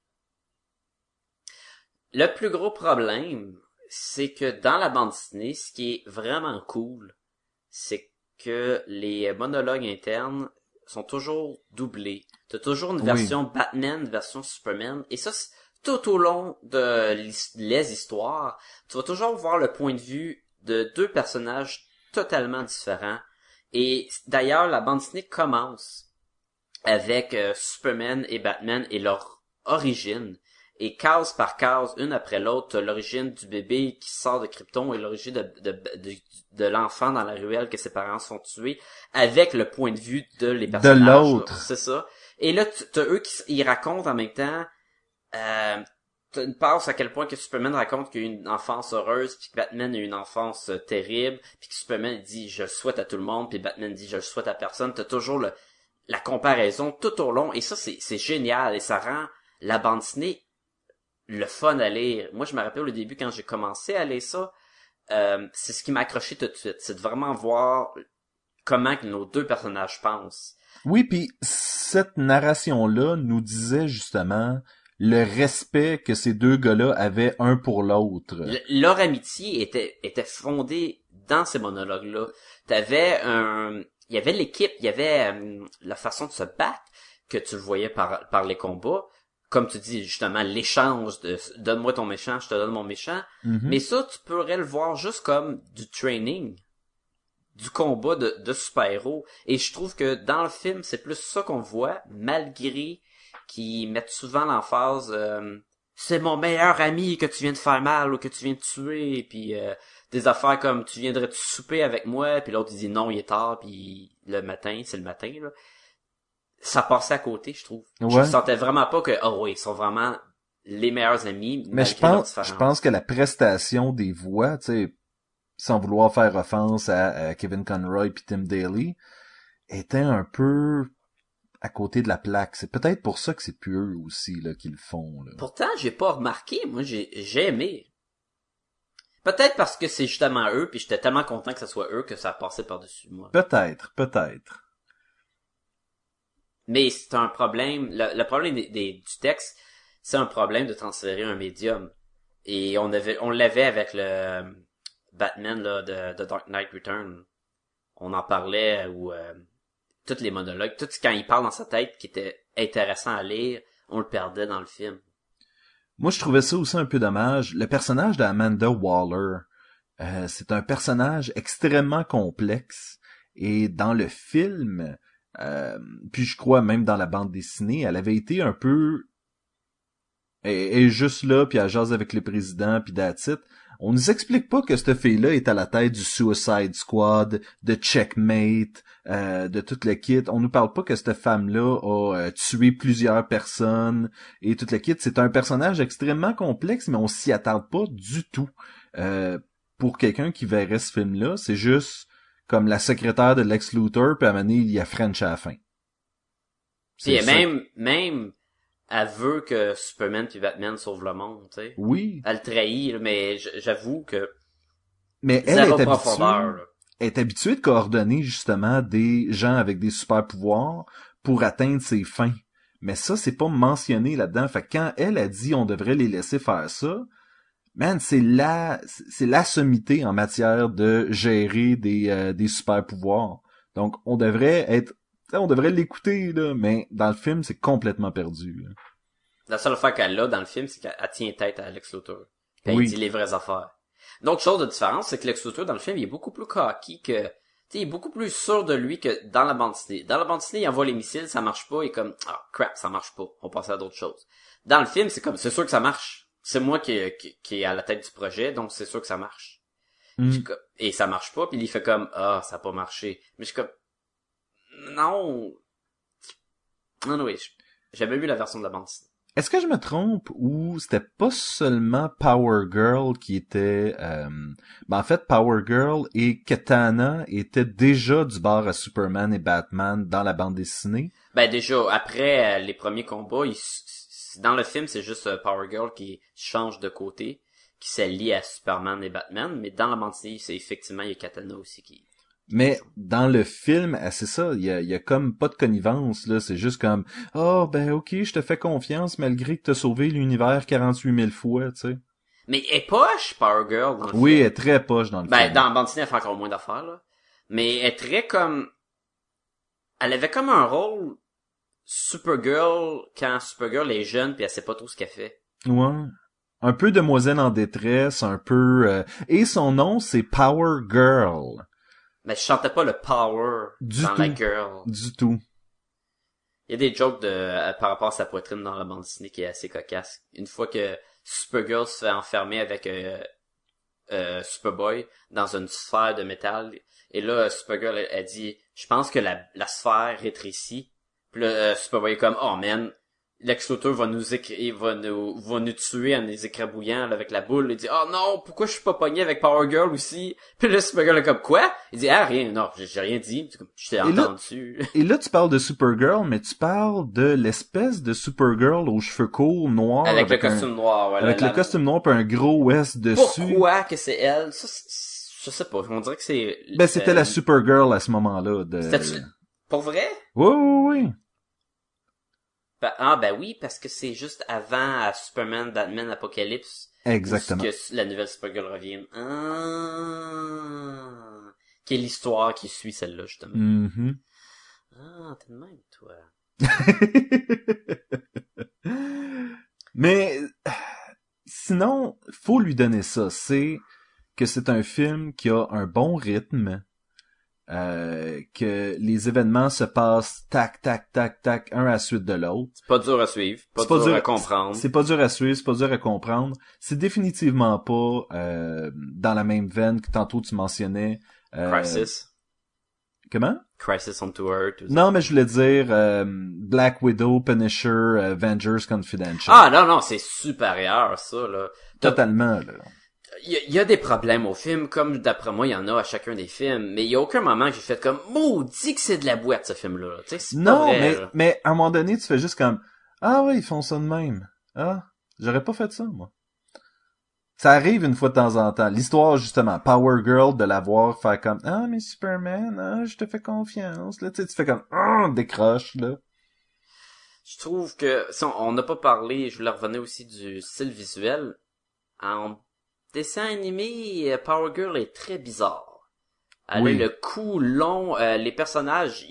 Le plus gros problème, c'est que dans la bande dessinée, ce qui est vraiment cool, c'est que les monologues internes sont toujours doublés. T'as toujours une version Batman, une version Superman, et ça, tout au long de les histoires, tu vas toujours voir le point de vue de deux personnages totalement différents. Et d'ailleurs, la bande dessinée commence avec Superman et Batman et leur origine. Et case par case, une après l'autre, t'as l'origine du bébé qui sort de Krypton et l'origine de l'enfant dans la ruelle que ses parents sont tués, avec le point de vue de les personnages. De l'autre. C'est ça. Et là, t'as eux qui ils racontent en même temps. T'as une passe à quel point que Superman raconte qu'il a eu une enfance heureuse, puis que Batman a eu une enfance terrible, puis que Superman dit je le souhaite à tout le monde, puis Batman dit je le souhaite à personne. T'as toujours la comparaison tout au long, et ça, c'est génial, et ça rend la bande dessinée le fun à lire. Moi, je me rappelle au début, quand j'ai commencé à lire ça, c'est ce qui m'a accroché tout de suite. C'est de vraiment voir comment que nos deux personnages pensent. Oui, puis cette narration-là nous disait justement le respect que ces deux gars-là avaient un pour l'autre. Leur amitié était fondée dans ces monologues-là. Il y avait l'équipe, il y avait la façon de se battre, que tu le voyais par les combats. Comme tu dis, justement, l'échange de « donne-moi ton méchant, je te donne mon méchant ». Mais ça, tu pourrais le voir juste comme du training, du combat de super-héros. Et je trouve que dans le film, c'est plus ça qu'on voit, malgré qu'ils mettent souvent l'emphase c'est mon meilleur ami que tu viens de faire mal ou que tu viens de tuer », puis des affaires comme « tu viendrais te souper avec moi », puis l'autre il dit « non, il est tard », puis le matin, c'est le matin, là. Ça passait à côté, je trouve. Ouais. Je sentais vraiment pas que, oh oui, ils sont vraiment les meilleurs amis. Mais je pense que la prestation des voix, tu sais, sans vouloir faire offense à Kevin Conroy puis Tim Daly, était un peu à côté de la plaque. C'est peut-être pour ça que c'est plus eux aussi, là, qui le font, là. Pourtant, j'ai pas remarqué. Moi, j'ai aimé. Peut-être parce que c'est justement eux, puis j'étais tellement content que ce soit eux que ça a passé par-dessus moi. Peut-être. Mais c'est un problème, le problème du texte, c'est un problème de transférer un médium. Et on l'avait avec le Batman, là, de Dark Knight Return. On en parlait, où tous les monologues, tout ce quand il parle dans sa tête qui était intéressant à lire, on le perdait dans le film. Moi, je trouvais ça aussi un peu dommage. Le personnage d'Amanda Waller, c'est un personnage extrêmement complexe. Et dans le film, puis je crois même dans la bande dessinée, elle avait été un peu... Elle est juste là, puis elle jase avec le président, puis that's it. On nous explique pas que cette fille-là est à la tête du Suicide Squad, de Checkmate, de tout le kit. On nous parle pas que cette femme-là a tué plusieurs personnes et tout le kit. C'est un personnage extrêmement complexe, mais on s'y attarde pas du tout. Pour quelqu'un qui verrait ce film-là, c'est juste comme la secrétaire de Lex Luthor, puis à un moment donné, il y a French à la fin. Puis même elle veut que Superman puis Batman sauvent le monde, tu sais. Oui. Elle trahit, mais j'avoue que... Mais elle est habituée de coordonner justement des gens avec des super pouvoirs pour atteindre ses fins. Mais ça, c'est pas mentionné là-dedans. Fait que quand elle a dit on devrait les laisser faire ça, man, c'est la sommité en matière de gérer des super pouvoirs. Donc, on devrait l'écouter, là, mais dans le film, c'est complètement perdu, là. La seule affaire qu'elle a dans le film, c'est qu'elle tient tête à Lex Luthor. Puis Oui. elle dit les vraies affaires. Une autre chose de différence, c'est que Lex Luthor, dans le film, il est beaucoup plus cocky que... Tu sais, il est beaucoup plus sûr de lui que dans la bande dessinée. Dans la bande dessinée, il envoie les missiles, ça marche pas, il est comme, ah, crap, ça marche pas, on passe à d'autres choses. Dans le film, c'est comme, c'est sûr que ça marche. C'est moi qui est à la tête du projet, donc c'est sûr que ça marche. Et ça marche pas, puis il fait comme, ah, ça a pas marché. Mais je suis comme, non, oui, j'avais vu la version de la bande dessinée. Est-ce que je me trompe ou c'était pas seulement Power Girl qui était... en fait, Power Girl et Katana étaient déjà du bord à Superman et Batman dans la bande dessinée? Ben déjà, après les premiers combats, dans le film, c'est juste Power Girl qui change de côté, qui s'allie à Superman et Batman, mais dans la bande dessinée, c'est effectivement, il y a Katana aussi qui... Mais dans le film, c'est ça, il y a comme pas de connivence, là, c'est juste comme « Oh, ben ok, je te fais confiance malgré que t'as sauvé l'univers 48 000 fois, tu sais. » Mais elle est poche, Power Girl, dans le film. Oui, elle est très poche dans le film. Ben, dans la bande dessinée, elle fait encore moins d'affaires, là. Mais elle est très comme... Elle avait comme un rôle Supergirl quand Supergirl est jeune pis elle sait pas trop ce qu'elle fait. Ouais. Un peu demoiselle en détresse, un peu... Et son nom, c'est Power Girl. Mais je chantais pas le power dans la girl. Du tout. Il y a des jokes par rapport à sa poitrine dans la bande dessinée qui est assez cocasse. Une fois que Supergirl se fait enfermer avec Superboy dans une sphère de métal, et là Supergirl elle dit, je pense que la sphère rétrécit. Puis là Superboy est comme, oh man, Lex Luthor va nous tuer en les écrabouillant là, avec la boule. Il dit oh non, pourquoi je suis pas pogné avec Power Girl aussi? Puis là Supergirl est comme quoi? Il dit ah rien, non, j'ai rien dit. Je t'ai entendu. Et là tu parles de Supergirl, mais tu parles de l'espèce de Supergirl aux cheveux courts noirs avec le costume noir, voilà. Avec le costume noir puis un gros S dessus. Pourquoi que c'est elle? Ça, je sais pas, on dirait que c'est... Ben c'était la Supergirl à ce moment-là. C'était pour vrai? Oui. Ben oui, parce que c'est juste avant Superman, Batman, Apocalypse. Exactement. Que la nouvelle Supergirl revienne. Quelle histoire qui suit celle-là, justement. Mm-hmm. Ah, t'es de même, toi. Mais sinon, faut lui donner ça. C'est que c'est un film qui a un bon rythme. Que les événements se passent tac, tac, tac, tac, un à la suite de l'autre. C'est pas dur à suivre, pas dur à comprendre. C'est pas dur à suivre, c'est pas dur à comprendre. C'est définitivement pas dans la même veine que tantôt tu mentionnais. Crisis. Comment? Crisis on Tour. Tout ça. Non, mais je voulais dire Black Widow, Punisher, Avengers Confidential. Ah non, c'est supérieur ça là. Totalement là. Il y a des problèmes au film, comme d'après moi, il y en a à chacun des films, mais il y a aucun moment que j'ai fait comme maudit que c'est de la boîte ce film-là. Tu sais, c'est non, pas vrai, mais à un moment donné, tu fais juste comme ah ouais, ils font ça de même. Ah, j'aurais pas fait ça moi. Ça arrive une fois de temps en temps. L'histoire justement, Power Girl, de la voir faire comme ah mais Superman, je te fais confiance. Là, tu sais, tu fais comme décroche là. Je trouve que si on n'a pas parlé, je voulais revenir aussi du style visuel. En dessin animé, Power Girl est très bizarre. Elle a le cou long, les personnages,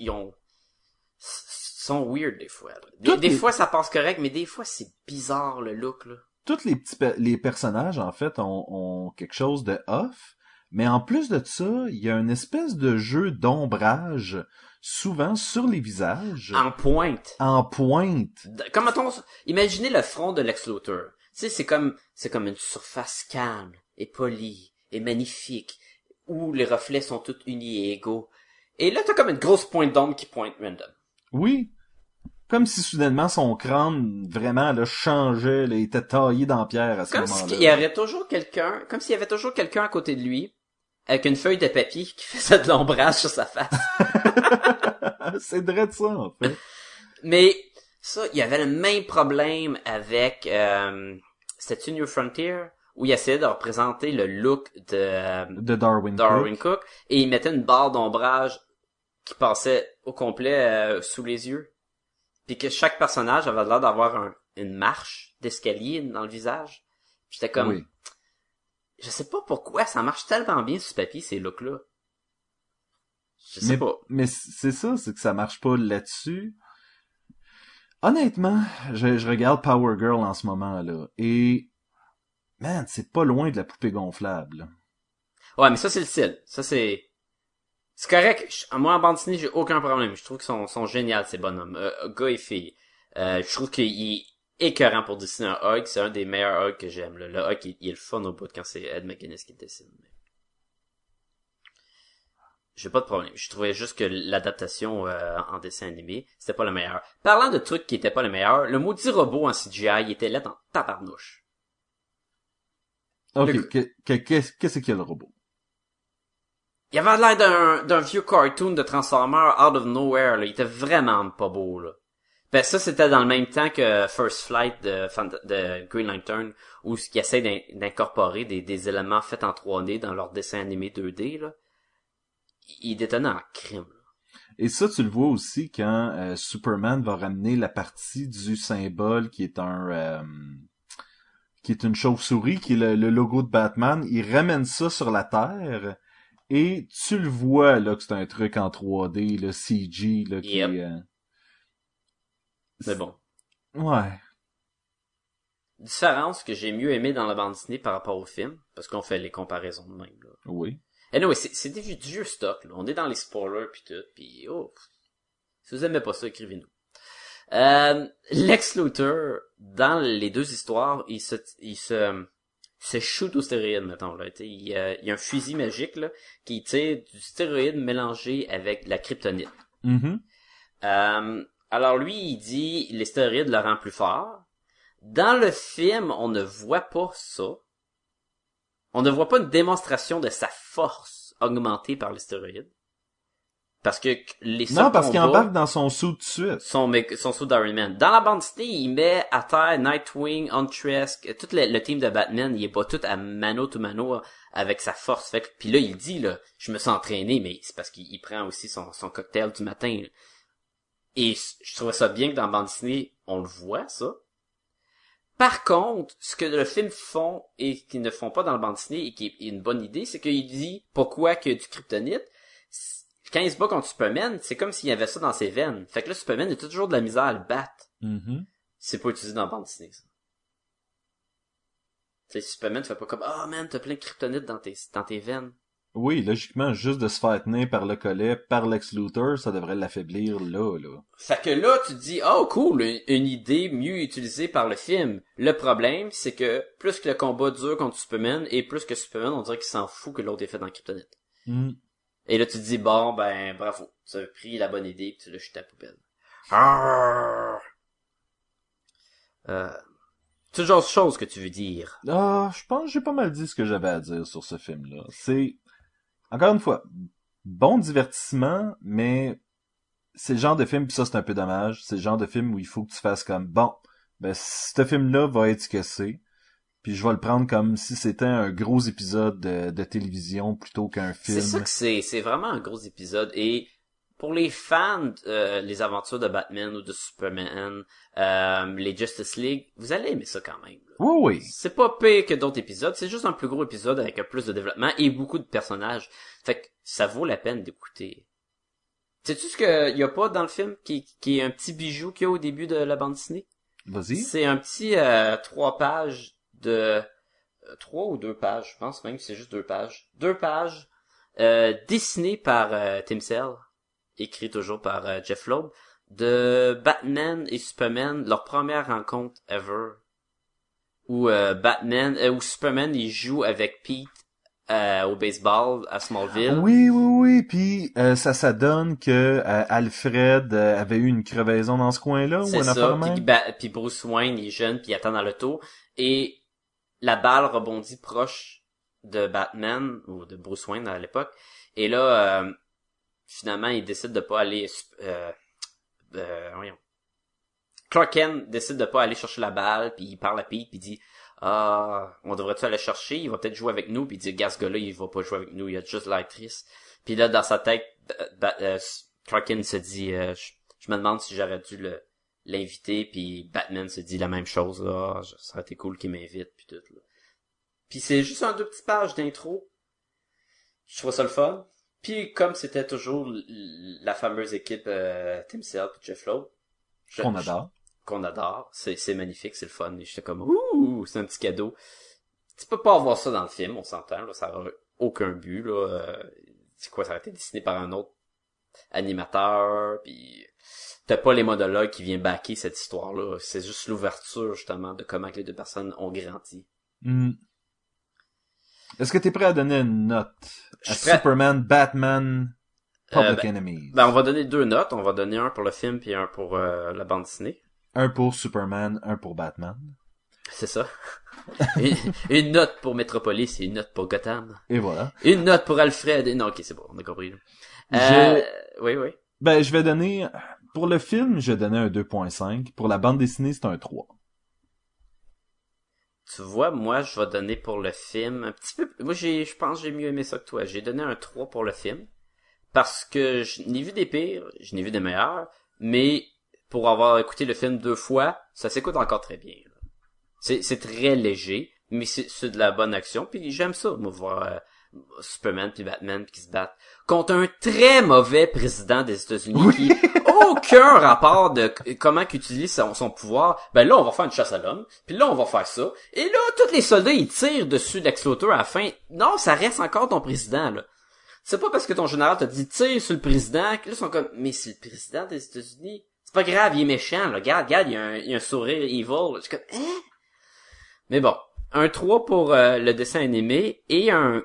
sont weird des fois. Des fois ça passe correct, mais des fois c'est bizarre le look là. Tous les personnages en fait ont quelque chose de off, mais en plus de ça, il y a une espèce de jeu d'ombrage souvent sur les visages. En pointe. Comme imaginez le front de Lex Luthor. Tu sais, c'est comme une surface calme et polie et magnifique où les reflets sont tous unis et égaux. Et là, t'as comme une grosse pointe d'ombre qui pointe random. Oui. Comme si soudainement son crâne vraiment là changeait, là, était taillé dans pierre à ce moment-là. Comme s'il y avait toujours quelqu'un à côté de lui avec une feuille de papier qui faisait de l'ombrage sur sa face. C'est vrai de ça en fait. Mais ça, il y avait le même problème avec c'était-tu New Frontier où il essayait de représenter le look de Darwin Cook et il mettait une barre d'ombrage qui passait au complet sous les yeux. Puis que chaque personnage avait l'air d'avoir une marche d'escalier dans le visage. Puis j'étais comme oui. Je sais pas pourquoi ça marche tellement bien sur ce papier ces looks-là. Je sais pas. Mais c'est ça, c'est que ça marche pas là-dessus. Honnêtement, je regarde Power Girl en ce moment là et man, c'est pas loin de la poupée gonflable. Ouais, mais ça c'est le style. Ça c'est correct. Moi en bande dessinée, j'ai aucun problème. Je trouve qu'ils sont géniaux ces bonhommes, gars et filles. Je trouve qu'il est écœurant pour dessiner un Hulk, c'est un des meilleurs Hulk que j'aime là. Le Hulk il est le fun au bout quand c'est Ed McGuinness qui le dessine. Mais... J'ai pas de problème. Je trouvais juste que l'adaptation en dessin animé, c'était pas le meilleur. Parlant de trucs qui étaient pas le meilleur, le maudit robot en CGI était là dans tabarnouche. Ok, qu'est-ce qu'il y a le robot? Il avait l'air d'un vieux cartoon de Transformers out of nowhere, là. Il était vraiment pas beau, là. Ben, ça, c'était dans le même temps que First Flight de Green Lantern, où ils essaient d'incorporer des éléments faits en 3D dans leur dessin animé 2D, là. Il détonnait en crime, là. Et ça, tu le vois aussi quand Superman va ramener la partie du symbole qui est qui est une chauve-souris, qui est le logo de Batman. Il ramène ça sur la Terre. Et tu le vois, là, que c'est un truc en 3D, le CG, là, qui Mais bon. Ouais. Différence que j'ai mieux aimé dans la bande dessinée par rapport au film, parce qu'on fait les comparaisons de même, là. Oui. Anyway, c'est du vieux stock, là. On est dans les spoilers pis tout, pis si vous aimez pas ça, écrivez-nous. Lex Luthor, dans les deux histoires, il se shoot au stéroïde, mettons, là. Il y a un fusil magique, là, qui tire du stéroïde mélangé avec de la kryptonite. Mm-hmm. Alors lui, il dit les stéroïdes le rend plus fort. Dans le film, on ne voit pas ça. On ne voit pas une démonstration de sa force augmentée par les stéroïdes. Parce que les seuls Non, parce qu'il combats embarque dans son sou tout de suite. sont sous d'Iron Man. Dans la bande dessinée, il met à terre Nightwing, Huntress, tout le team de Batman, il est pas tout à mano to mano avec sa force. Fait que, puis là, il dit, là, je me suis entraîné, mais c'est parce qu'il prend aussi son cocktail du matin. Là. Et je trouvais ça bien que dans la bande dessinée, on le voit, ça. Par contre, ce que le film font et qu'ils ne font pas dans la bande dessinée et qui est une bonne idée, c'est qu'il dit pourquoi qu'il y a du kryptonite. Quand il se bat contre Superman, c'est comme s'il y avait ça dans ses veines. Fait que là, Superman a toujours de la misère à le battre. Mm-hmm. C'est pas utilisé dans la bande dessinée, ça. Tu sais, Superman fait pas comme, oh man, t'as plein de kryptonite dans tes veines. Oui, logiquement, juste de se faire tenir par le collet, par Lex Luthor, ça devrait l'affaiblir là. Fait que là, tu te dis, oh cool, une idée mieux utilisée par le film. Le problème, c'est que plus que le combat dure contre Superman, et plus que Superman, on dirait qu'il s'en fout que l'autre est fait dans kryptonite. Mm. Et là, tu te dis, bon, ben, bravo. Tu as pris la bonne idée, pis tu l'as jeté à la poubelle. C'est le genre de chose que tu veux dire. Ah, je pense que j'ai pas mal dit ce que j'avais à dire sur ce film-là. C'est, encore une fois, bon divertissement, mais c'est le genre de film, pis ça c'est un peu dommage, c'est le genre de film où il faut que tu fasses comme, bon, ben, ce film-là va être ce que c'est, puis je vais le prendre comme si c'était un gros épisode de télévision plutôt qu'un film. C'est ça que c'est vraiment un gros épisode, et pour les fans, les aventures de Batman ou de Superman, les Justice League, vous allez aimer ça quand même. Là. Oui, oui. C'est pas pire que d'autres épisodes, c'est juste un plus gros épisode avec un plus de développement et beaucoup de personnages. Fait que ça vaut la peine d'écouter. Sais-tu ce qu'il y a pas dans le film qui est un petit bijou qu'il y a au début de la bande dessinée? Vas-y. C'est un petit 3 pages de 3 ou 2 pages, je pense même que c'est juste 2 pages. 2 pages dessinées par Tim Sale, écrit toujours par Jeff Loeb, de Batman et Superman, leur première rencontre ever. Où où Superman il joue avec Pete au baseball à Smallville. Oui, puis ça donne que Alfred avait eu une crevaison dans ce coin-là, ou C'est un ça, affaire même. puis Bruce Wayne il est jeune, puis il attend dans l'auto, et la balle rebondit proche de Batman, ou de Bruce Wayne à l'époque, et là, finalement, il décide de pas aller... voyons. Clark Kent décide de pas aller chercher la balle, puis il parle à Pete, puis il dit « Ah, on devrait-tu aller chercher? Il va peut-être jouer avec nous. » Puis il dit « Gars, ce gars-là, il va pas jouer avec nous, il a juste l'air triste. » Puis là, dans sa tête, Clark Kent se dit je me demande si j'aurais dû l'inviter, puis Batman se dit la même chose, là. Ça aurait été cool qu'il m'invite, puis tout, là. Puis c'est juste 2 petites pages d'intro. Je trouve ça le fun. Puis comme c'était toujours la fameuse équipe Tim Sale et Jeff Loeb, qu'on adore, c'est magnifique, c'est le fun, et j'étais comme ouh, c'est un petit cadeau. Tu peux pas avoir ça dans le film, on s'entend, là, ça aurait aucun but, là. C'est quoi, ça a été dessiné par un autre animateur, puis t'as pas les monologues qui viennent backer cette histoire-là, c'est juste l'ouverture justement de comment que les deux personnes ont grandi. Est-ce que t'es prêt à donner une note à Superman, Batman, Public Enemies? Ben on va donner 2 notes, on va donner un pour le film puis un pour la bande dessinée. Un pour Superman, un pour Batman. C'est ça. une note pour Metropolis et une note pour Gotham. Et voilà. Une note pour Alfred. Non, ok, c'est bon, on a compris. Oui. Ben, je vais donner... Pour le film, je vais donner un 2.5. Pour la bande dessinée, c'est un 3. Tu vois, moi, je vais donner pour le film un petit peu... Moi, je pense que j'ai mieux aimé ça que toi. J'ai donné un 3 pour le film. Parce que je n'ai vu des pires, je n'ai vu des meilleurs, mais pour avoir écouté le film 2 fois, ça s'écoute encore très bien. Là. C'est très léger, mais c'est de la bonne action, puis j'aime ça, moi, voir Superman puis Batman qui se battent contre un très mauvais président des États-Unis qui aucun rapport de comment qu'il utilise son pouvoir. Ben là, on va faire une chasse à l'homme, puis là, on va faire ça, et là, tous les soldats, ils tirent dessus Lex Luthor à la fin. Non, ça reste encore ton président, là. C'est pas parce que ton général t'a dit tire sur le président que là, ils sont comme, mais c'est le président des États-Unis. C'est pas grave, il est méchant, là. Regarde, il y a un sourire evil. Je suis comme, hein? Mais bon, un 3 pour le dessin animé et un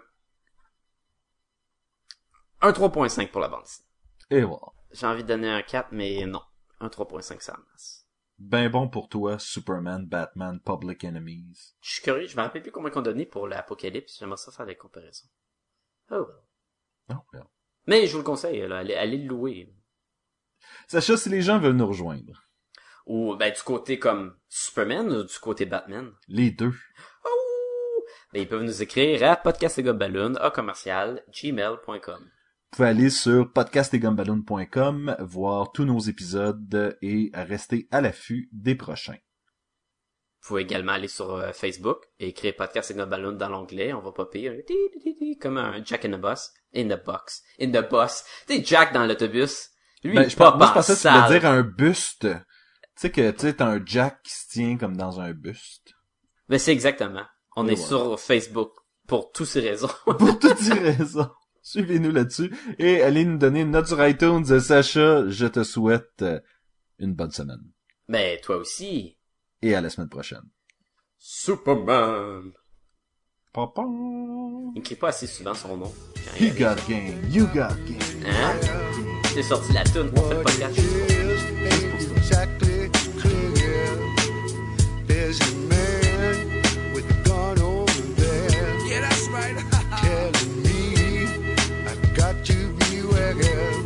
3.5 pour la bande dessinée. Et voilà. J'ai envie de donner un 4, mais non. Un 3.5, ça masse. Ben bon pour toi, Superman, Batman, Public Enemies. Je suis curieux, je me rappelle plus combien qu'on donnait pour l'Apocalypse. J'aimerais ça faire des comparaisons. Oh well. Oh, well. Mais je vous le conseille, là, allez le louer. Sacha, si les gens veulent nous rejoindre. Ou ben du côté comme Superman ou du côté Batman. Les deux. Oh! Ben, ils peuvent nous écrire à podcastetgumballoon@gmail.com. Vous pouvez aller sur podcastetgumballoon.com, voir tous nos épisodes et rester à l'affût des prochains. Vous pouvez également aller sur Facebook et écrire Podcast et Gumballoon dans l'onglet. On va popper comme un Jack in the Bus. In the box. In the bus. Tu sais, Jack dans l'autobus. Lui, Ben, il pop moi, je en pensais que tu salle. voulais dire un buste. Tu sais que, tu sais, t'as un Jack qui se tient comme dans un buste. Ben, c'est exactement. On Et est voilà. sur Facebook pour toutes ces raisons. Pour toutes ces raisons. Suivez-nous là-dessus. Et allez nous donner une note sur iTunes. Sacha, je te souhaite une bonne semaine. Ben, toi aussi. Et à la semaine prochaine. Superman. Papa. Il crie pas assez souvent son nom. quand il You arrive. got game. You got game. Hein? C'est sorti la toune pour faire le podcast. Exactly clear. There's a man with a gun over there. Yeah, that's right. Telling me I've got to beware.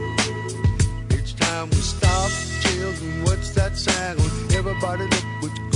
Each time we stop, children, what's that sound? Everybody look what's